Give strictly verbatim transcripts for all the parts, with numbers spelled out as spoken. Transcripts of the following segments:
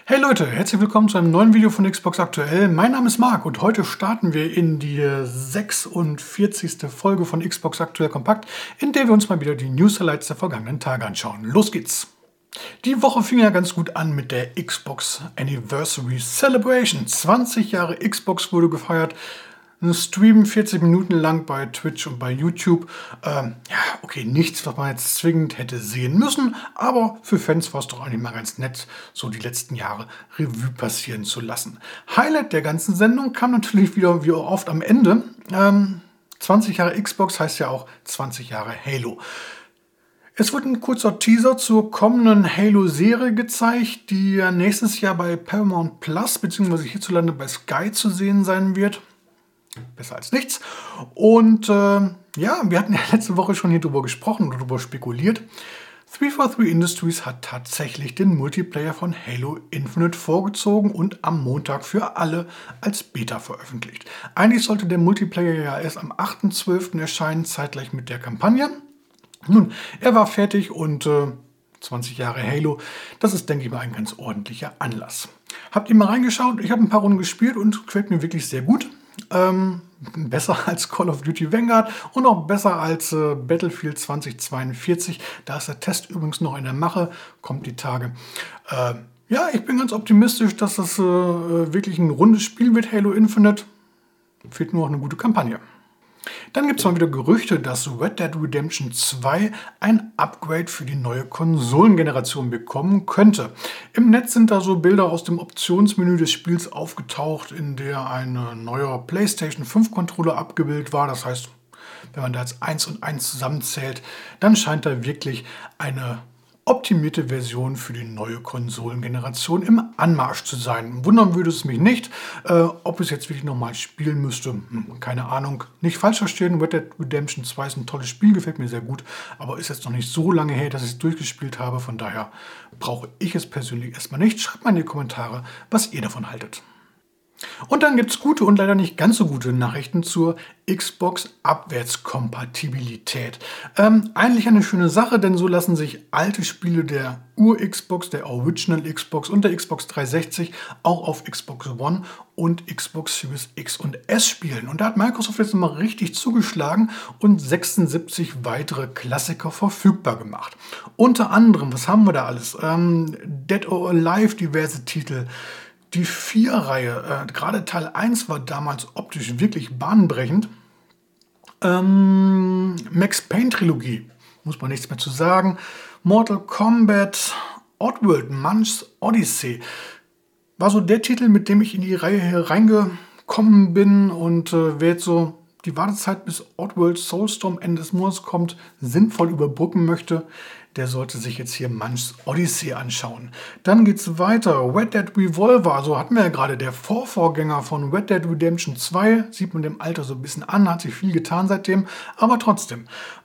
Hey Leute, herzlich willkommen zu einem neuen Video von Xbox Aktuell. Mein Name ist Marc und heute starten wir in die sechsundvierzigste Folge von Xbox Aktuell Kompakt, in der wir uns mal wieder die News-Highlights der vergangenen Tage anschauen. Los geht's! Die Woche fing ja ganz gut an mit der Xbox Anniversary Celebration. zwanzig Jahre Xbox wurde gefeiert. Ein Stream vierzig Minuten lang bei Twitch und bei YouTube. Ähm, ja, okay, nichts, was man jetzt zwingend hätte sehen müssen, aber für Fans war es doch eigentlich mal ganz nett, so die letzten Jahre Revue passieren zu lassen. Highlight der ganzen Sendung kam natürlich wieder wie oft am Ende. Ähm, zwanzig Jahre Xbox heißt ja auch zwanzig Jahre Halo. Es wird ein kurzer Teaser zur kommenden Halo-Serie gezeigt, die ja nächstes Jahr bei Paramount Plus bzw. hierzulande bei Sky zu sehen sein wird. Besser als nichts. Und äh, ja, wir hatten ja letzte Woche schon hier drüber gesprochen und darüber spekuliert. drei vier drei Industries hat tatsächlich den Multiplayer von Halo Infinite vorgezogen und am Montag für alle als Beta veröffentlicht. Eigentlich sollte der Multiplayer ja erst am achten zwölften erscheinen, zeitgleich mit der Kampagne. Nun, er war fertig und äh, zwanzig Jahre Halo, das ist, denke ich mal, ein ganz ordentlicher Anlass. Habt ihr mal reingeschaut? Ich habe ein paar Runden gespielt und gefällt mir wirklich sehr gut. Ähm, besser als Call of Duty Vanguard und auch besser als äh, Battlefield zwanzig zweiundvierzig. Da ist der Test übrigens noch in der Mache, kommt die Tage. Äh, ja, ich bin ganz optimistisch, dass das äh, wirklich ein rundes Spiel wird, Halo Infinite. Fehlt nur noch eine gute Kampagne. Dann gibt es mal wieder Gerüchte, dass Red Dead Redemption zwei ein Upgrade für die neue Konsolengeneration bekommen könnte. Im Netz sind da so Bilder aus dem Optionsmenü des Spiels aufgetaucht, in der ein neuer PlayStation fünf Controller abgebildet war. Das heißt, wenn man da jetzt eins und eins zusammenzählt, dann scheint da wirklich eine optimierte Version für die neue Konsolengeneration im Anmarsch zu sein. Wundern würde es mich nicht, äh, ob es jetzt wirklich nochmal spielen müsste. Hm, keine Ahnung. Nicht falsch verstehen, Red Dead Redemption zwei ist ein tolles Spiel, gefällt mir sehr gut, aber ist jetzt noch nicht so lange her, dass ich es durchgespielt habe. Von daher brauche ich es persönlich erstmal nicht. Schreibt mal in die Kommentare, was ihr davon haltet. Und dann gibt es gute und leider nicht ganz so gute Nachrichten zur Xbox-Abwärtskompatibilität. Ähm, eigentlich eine schöne Sache, denn so lassen sich alte Spiele der Ur-Xbox, der Original Xbox und der Xbox dreihundertsechzig auch auf Xbox One und Xbox Series X und S spielen. Und da hat Microsoft jetzt mal richtig zugeschlagen und sechsundsiebzig weitere Klassiker verfügbar gemacht. Unter anderem, was haben wir da alles? Ähm, Dead or Alive, diverse Titel. Die vier-Reihe, äh, gerade Teil eins war damals optisch wirklich bahnbrechend. Ähm, Max Payne-Trilogie, muss man nichts mehr zu sagen. Mortal Kombat, Oddworld, Munch's Odyssey. War so der Titel, mit dem ich in die Reihe hier reingekommen bin. Und äh, wer jetzt so die Wartezeit bis Oddworld Soulstorm Ende des Monats kommt, sinnvoll überbrücken möchte, der sollte sich jetzt hier Munch's Odyssey anschauen. Dann geht's weiter. Red Dead Revolver, also hatten wir ja gerade der Vorvorgänger von Red Dead Redemption zwei. Sieht man dem Alter so ein bisschen an, hat sich viel getan seitdem, aber trotzdem.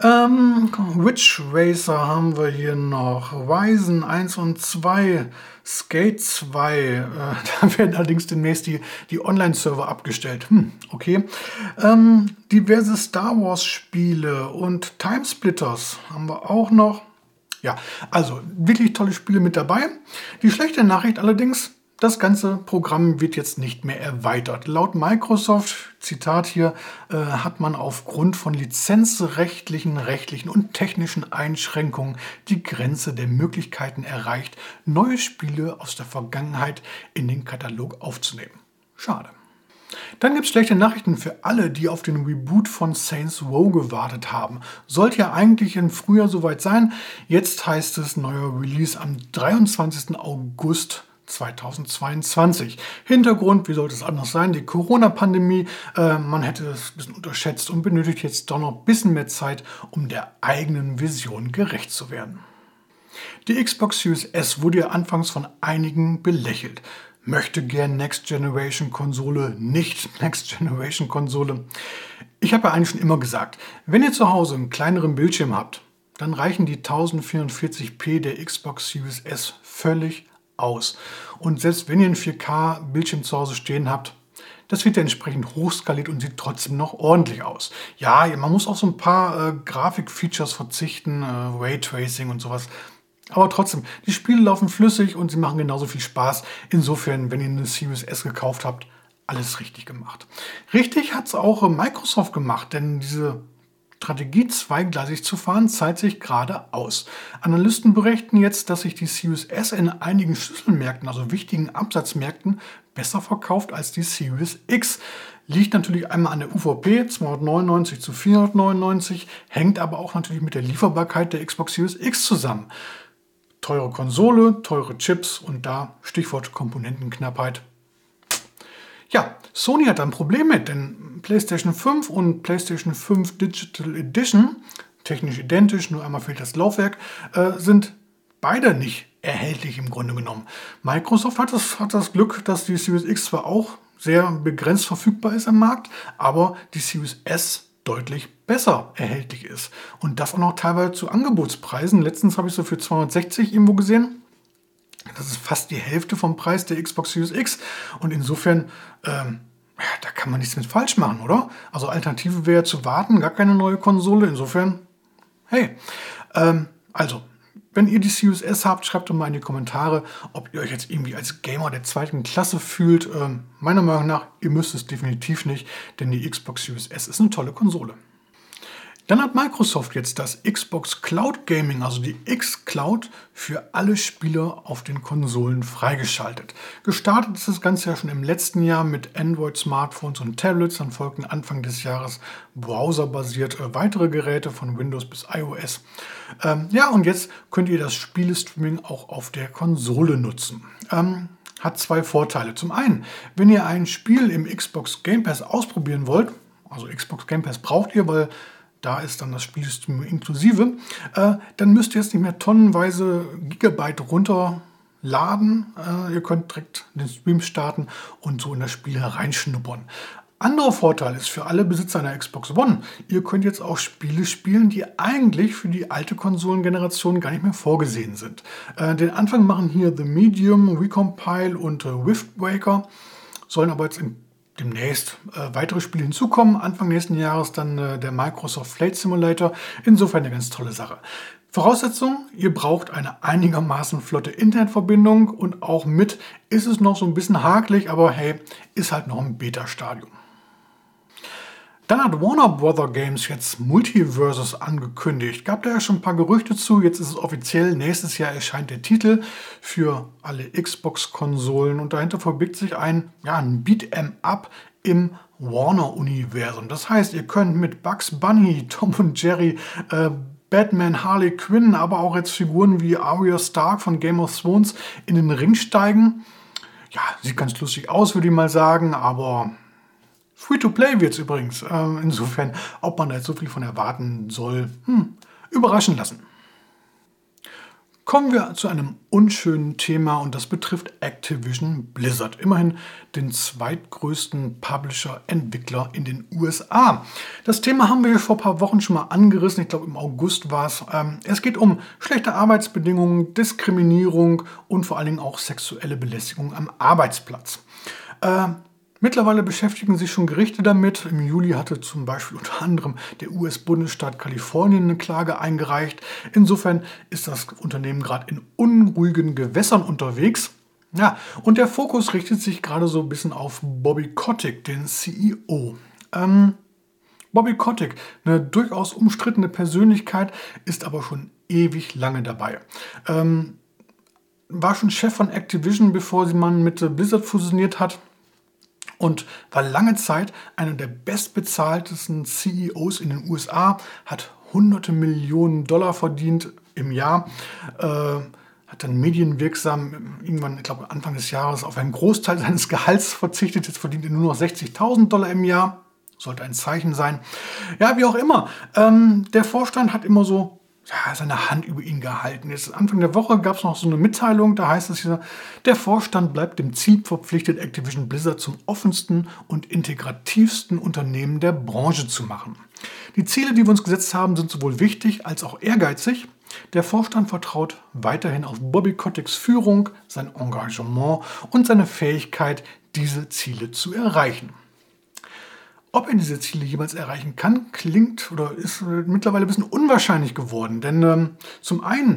Ähm, Ridge Racer haben wir hier noch. Ryzen eins und zwei. Skate zwei. Äh, da werden allerdings demnächst die, die Online-Server abgestellt. Hm, okay. Ähm, diverse Star Wars-Spiele und Timesplitters haben wir auch noch. Ja, also wirklich tolle Spiele mit dabei. Die schlechte Nachricht allerdings, das ganze Programm wird jetzt nicht mehr erweitert. Laut Microsoft, Zitat hier, äh, hat man aufgrund von lizenzrechtlichen, rechtlichen und technischen Einschränkungen die Grenze der Möglichkeiten erreicht, neue Spiele aus der Vergangenheit in den Katalog aufzunehmen. Schade. Dann gibt es schlechte Nachrichten für alle, die auf den Reboot von Saints Row gewartet haben. Sollte ja eigentlich im Frühjahr soweit sein. Jetzt heißt es neuer Release am dreiundzwanzigsten August zweitausendzweiundzwanzig. Hintergrund, wie sollte es anders sein? Die Corona-Pandemie. Äh, man hätte es ein bisschen unterschätzt und benötigt jetzt doch noch ein bisschen mehr Zeit, um der eigenen Vision gerecht zu werden. Die Xbox Series S wurde ja anfangs von einigen belächelt. Möchte gern Next Generation Konsole, nicht Next Generation Konsole. Ich habe ja eigentlich schon immer gesagt, wenn ihr zu Hause einen kleineren Bildschirm habt, dann reichen die tausendvierundvierzig p der Xbox Series S völlig aus. Und selbst wenn ihr einen vier K Bildschirm zu Hause stehen habt, das wird ja entsprechend hochskaliert und sieht trotzdem noch ordentlich aus. Ja, man muss auf so ein paar äh, Grafikfeatures verzichten, äh, Raytracing und sowas. Aber trotzdem, die Spiele laufen flüssig und sie machen genauso viel Spaß. Insofern, wenn ihr eine Series S gekauft habt, alles richtig gemacht. Richtig hat es auch äh, Microsoft gemacht, denn diese Strategie, zweigleisig zu fahren, zahlt sich gerade aus. Analysten berichten jetzt, dass sich die Series S in einigen Schlüsselmärkten, also wichtigen Absatzmärkten, besser verkauft als die Series X. Liegt natürlich einmal an der U V P, zweihundertneunundneunzig zu vierhundertneunundneunzig, hängt aber auch natürlich mit der Lieferbarkeit der Xbox Series X zusammen. Teure Konsole, teure Chips und da Stichwort Komponentenknappheit. Ja, Sony hat da ein Problem mit, denn PlayStation fünf und PlayStation fünf Digital Edition, technisch identisch, nur einmal fehlt das Laufwerk, äh, sind beide nicht erhältlich im Grunde genommen. Microsoft hat das, hat das Glück, dass die Series X zwar auch sehr begrenzt verfügbar ist am Markt, aber die Series S deutlich besser erhältlich ist. Und das auch noch teilweise zu Angebotspreisen. Letztens habe ich so für zweihundertsechzig irgendwo gesehen. Das ist fast die Hälfte vom Preis der Xbox Series X. Und insofern, ähm, ja, da kann man nichts mit falsch machen, oder? Also Alternative wäre zu warten, gar keine neue Konsole. Insofern, hey, ähm, also, wenn ihr die Series S habt, schreibt doch mal in die Kommentare, ob ihr euch jetzt irgendwie als Gamer der zweiten Klasse fühlt. Ähm, meiner Meinung nach, ihr müsst es definitiv nicht, denn die Xbox Series S ist eine tolle Konsole. Dann hat Microsoft jetzt das Xbox Cloud Gaming, also die X-Cloud, für alle Spieler auf den Konsolen freigeschaltet. Gestartet ist das Ganze ja schon im letzten Jahr mit Android-Smartphones und Tablets. Dann folgten Anfang des Jahres browserbasiert äh, weitere Geräte von Windows bis iOS. Ähm, ja, und jetzt könnt ihr das Spielestreaming auch auf der Konsole nutzen. Ähm, hat zwei Vorteile. Zum einen, wenn ihr ein Spiel im Xbox Game Pass ausprobieren wollt, also Xbox Game Pass braucht ihr, weil da ist dann das Spielstream inklusive, äh, dann müsst ihr jetzt nicht mehr tonnenweise Gigabyte runterladen. Äh, ihr könnt direkt den Stream starten und so in das Spiel hereinschnuppern. Anderer Vorteil ist für alle Besitzer einer Xbox One, ihr könnt jetzt auch Spiele spielen, die eigentlich für die alte Konsolengeneration gar nicht mehr vorgesehen sind. Äh, den Anfang machen hier The Medium, Recompile und äh, Rift Breaker, sollen aber jetzt in demnächst äh, weitere Spiele hinzukommen. Anfang nächsten Jahres dann äh, der Microsoft Flight Simulator. Insofern eine ganz tolle Sache. Voraussetzung, ihr braucht eine einigermaßen flotte Internetverbindung und auch mit ist es noch so ein bisschen hakelig, aber hey, ist halt noch im Beta-Stadium. Dann hat Warner Brother Games jetzt Multiversus angekündigt. Gab da ja schon ein paar Gerüchte zu. Jetzt ist es offiziell. Nächstes Jahr erscheint der Titel für alle Xbox-Konsolen. Und dahinter verbirgt sich ein, ja, ein Beat'em-up im Warner-Universum. Das heißt, ihr könnt mit Bugs Bunny, Tom und Jerry, äh, Batman, Harley Quinn, aber auch jetzt Figuren wie Arya Stark von Game of Thrones in den Ring steigen. Ja, sieht ganz lustig aus, würde ich mal sagen, aber Free-to-Play wird es übrigens. Ähm, insofern, ob man da jetzt so viel von erwarten soll, hm, überraschen lassen. Kommen wir zu einem unschönen Thema und das betrifft Activision Blizzard. Immerhin den zweitgrößten Publisher-Entwickler in den U S A. Das Thema haben wir vor ein paar Wochen schon mal angerissen. Ich glaube, im August war es. Ähm, es geht um schlechte Arbeitsbedingungen, Diskriminierung und vor allen Dingen auch sexuelle Belästigung am Arbeitsplatz. Äh, Mittlerweile beschäftigen sich schon Gerichte damit. Im Juli hatte zum Beispiel unter anderem der U S-Bundesstaat Kalifornien eine Klage eingereicht. Insofern ist das Unternehmen gerade in unruhigen Gewässern unterwegs. Ja, und der Fokus richtet sich gerade so ein bisschen auf Bobby Kotick, den C E O. Ähm, Bobby Kotick, eine durchaus umstrittene Persönlichkeit, ist aber schon ewig lange dabei. Ähm, war schon Chef von Activision, bevor sie man mit Blizzard fusioniert hat. Und war lange Zeit einer der bestbezahltesten C E Os in den U S A, hat hunderte Millionen Dollar verdient im Jahr, äh, hat dann medienwirksam irgendwann, ich glaube Anfang des Jahres, auf einen Großteil seines Gehalts verzichtet. Jetzt verdient er nur noch sechzigtausend Dollar im Jahr. Sollte ein Zeichen sein. Ja, wie auch immer. Ähm, der Vorstand hat immer so ja, seine Hand über ihn gehalten. Jetzt Anfang der Woche gab es noch so eine Mitteilung, da heißt es hier, der Vorstand bleibt dem Ziel verpflichtet, Activision Blizzard zum offensten und integrativsten Unternehmen der Branche zu machen. Die Ziele, die wir uns gesetzt haben, sind sowohl wichtig als auch ehrgeizig. Der Vorstand vertraut weiterhin auf Bobby Koticks Führung, sein Engagement und seine Fähigkeit, diese Ziele zu erreichen. Ob er diese Ziele jemals erreichen kann, klingt oder ist mittlerweile ein bisschen unwahrscheinlich geworden. Denn ähm, zum einen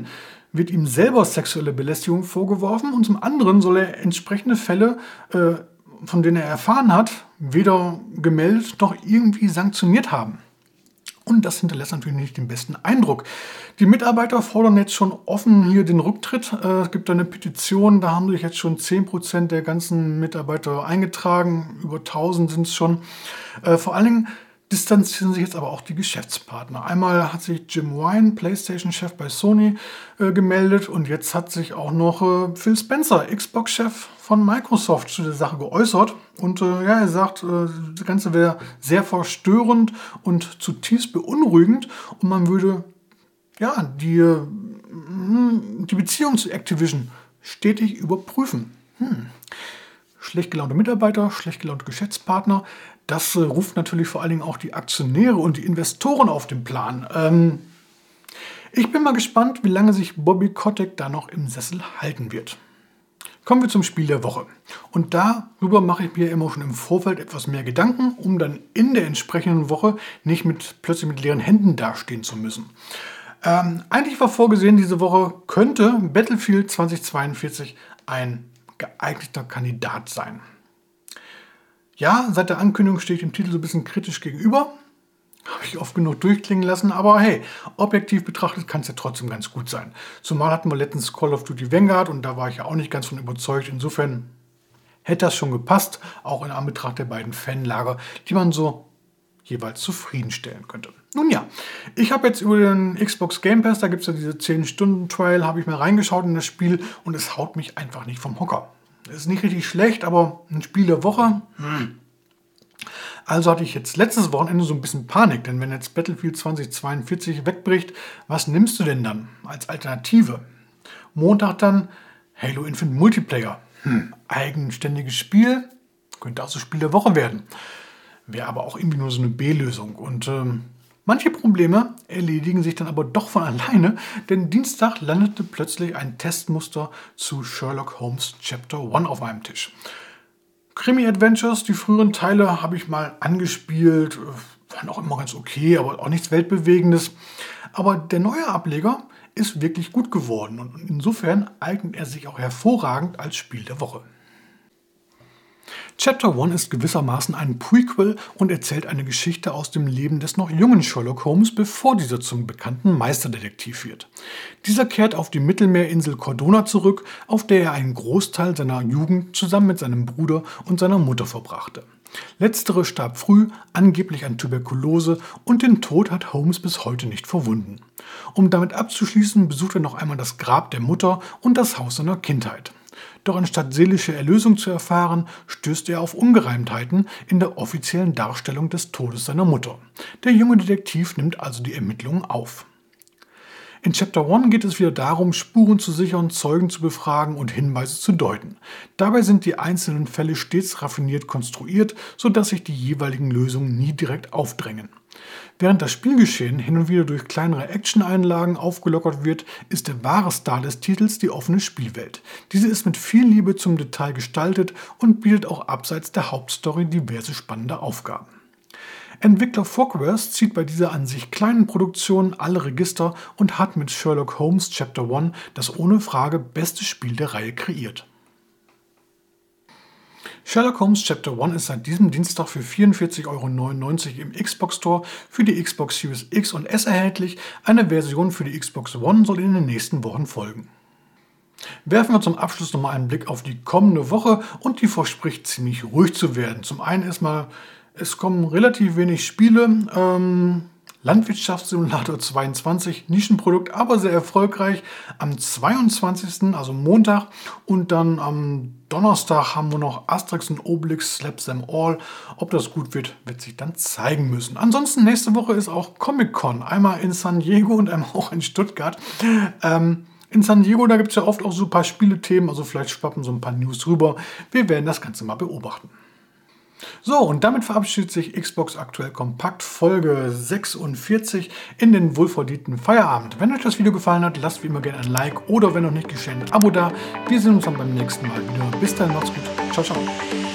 wird ihm selber sexuelle Belästigung vorgeworfen und zum anderen soll er entsprechende Fälle, äh, von denen er erfahren hat, weder gemeldet noch irgendwie sanktioniert haben. Und das hinterlässt natürlich nicht den besten Eindruck. Die Mitarbeiter fordern jetzt schon offen hier den Rücktritt. Äh, es gibt eine Petition, da haben sich jetzt schon zehn Prozent der ganzen Mitarbeiter eingetragen. Über tausend sind es schon. Äh, vor allen Dingen distanzieren sich jetzt aber auch die Geschäftspartner. Einmal hat sich Jim Ryan, PlayStation-Chef bei Sony, äh, gemeldet und jetzt hat sich auch noch äh, Phil Spencer, Xbox-Chef von Microsoft, zu der Sache geäußert. Und äh, ja, er sagt, äh, das Ganze wäre sehr verstörend und zutiefst beunruhigend und man würde ja, die, äh, die Beziehung zu Activision stetig überprüfen. Hm. Schlecht gelaunte Mitarbeiter, schlecht gelaunte Geschäftspartner. Das äh, ruft natürlich vor allen Dingen auch die Aktionäre und die Investoren auf den Plan. Ähm, ich bin mal gespannt, wie lange sich Bobby Kotick da noch im Sessel halten wird. Kommen wir zum Spiel der Woche. Und darüber mache ich mir immer schon im Vorfeld etwas mehr Gedanken, um dann in der entsprechenden Woche nicht mit, plötzlich mit leeren Händen dastehen zu müssen. Ähm, eigentlich war vorgesehen, diese Woche könnte Battlefield zweitausendzweiundvierzig ein geeigneter Kandidat sein. Ja, seit der Ankündigung stehe ich dem Titel so ein bisschen kritisch gegenüber. Habe ich oft genug durchklingen lassen, aber hey, objektiv betrachtet kann es ja trotzdem ganz gut sein. Zumal hatten wir letztens Call of Duty Vanguard und da war ich ja auch nicht ganz von überzeugt. Insofern hätte das schon gepasst, auch in Anbetracht der beiden Fanlager, die man so jeweils zufriedenstellen könnte. Nun ja, ich habe jetzt über den Xbox Game Pass, da gibt es ja diese zehn Stunden Trial, habe ich mal reingeschaut in das Spiel und es haut mich einfach nicht vom Hocker. Es ist nicht richtig schlecht, aber ein Spiel der Woche, hm. Also hatte ich jetzt letztes Wochenende so ein bisschen Panik, denn wenn jetzt Battlefield zweitausendzweiundvierzig wegbricht, was nimmst du denn dann als Alternative? Montag dann Halo Infinite Multiplayer. Hm, eigenständiges Spiel, könnte auch so Spiel der Woche werden. Wäre aber auch irgendwie nur so eine B-Lösung. Und ähm, manche Probleme erledigen sich dann aber doch von alleine, denn Dienstag landete plötzlich ein Testmuster zu Sherlock Holmes Chapter eins auf meinem Tisch. Krimi-Adventures, die früheren Teile habe ich mal angespielt, waren auch immer ganz okay, aber auch nichts Weltbewegendes. Aber der neue Ableger ist wirklich gut geworden und insofern eignet er sich auch hervorragend als Spiel der Woche. Chapter eins ist gewissermaßen ein Prequel und erzählt eine Geschichte aus dem Leben des noch jungen Sherlock Holmes, bevor dieser zum bekannten Meisterdetektiv wird. Dieser kehrt auf die Mittelmeerinsel Cordona zurück, auf der er einen Großteil seiner Jugend zusammen mit seinem Bruder und seiner Mutter verbrachte. Letztere starb früh, angeblich an Tuberkulose, und den Tod hat Holmes bis heute nicht verwunden. Um damit abzuschließen, besucht er noch einmal das Grab der Mutter und das Haus seiner Kindheit. Doch anstatt seelische Erlösung zu erfahren, stößt er auf Ungereimtheiten in der offiziellen Darstellung des Todes seiner Mutter. Der junge Detektiv nimmt also die Ermittlungen auf. In Chapter eins geht es wieder darum, Spuren zu sichern, Zeugen zu befragen und Hinweise zu deuten. Dabei sind die einzelnen Fälle stets raffiniert konstruiert, sodass sich die jeweiligen Lösungen nie direkt aufdrängen. Während das Spielgeschehen hin und wieder durch kleinere Action-Einlagen aufgelockert wird, ist der wahre Star des Titels die offene Spielwelt. Diese ist mit viel Liebe zum Detail gestaltet und bietet auch abseits der Hauptstory diverse spannende Aufgaben. Entwickler Frogwares zieht bei dieser an sich kleinen Produktion alle Register und hat mit Sherlock Holmes Chapter eins das ohne Frage beste Spiel der Reihe kreiert. Sherlock Holmes Chapter eins ist seit diesem Dienstag für vierundvierzig Euro neunundneunzig im Xbox Store für die Xbox Series X und S erhältlich. Eine Version für die Xbox One soll in den nächsten Wochen folgen. Werfen wir zum Abschluss nochmal einen Blick auf die kommende Woche und die verspricht ziemlich ruhig zu werden. Zum einen erstmal, es kommen relativ wenig Spiele. Ähm, Landwirtschaftssimulator zweiundzwanzig, Nischenprodukt, aber sehr erfolgreich. Am zweiundzwanzigsten, also Montag, und dann am Donnerstag haben wir noch Asterix und Obelix Slap Them All. Ob das gut wird, wird sich dann zeigen müssen. Ansonsten nächste Woche ist auch Comic-Con. Einmal in San Diego und einmal auch in Stuttgart. Ähm, in San Diego, da gibt es ja oft auch so ein paar Spielethemen, also vielleicht schwappen so ein paar News rüber. Wir werden das Ganze mal beobachten. So, und damit verabschiedet sich Xbox Aktuell Kompakt Folge sechsundvierzig in den wohlverdienten Feierabend. Wenn euch das Video gefallen hat, lasst wie immer gerne ein Like oder wenn noch nicht geschehen, ein Abo da. Wir sehen uns dann beim nächsten Mal wieder. Bis dann, macht's gut. Ciao, ciao.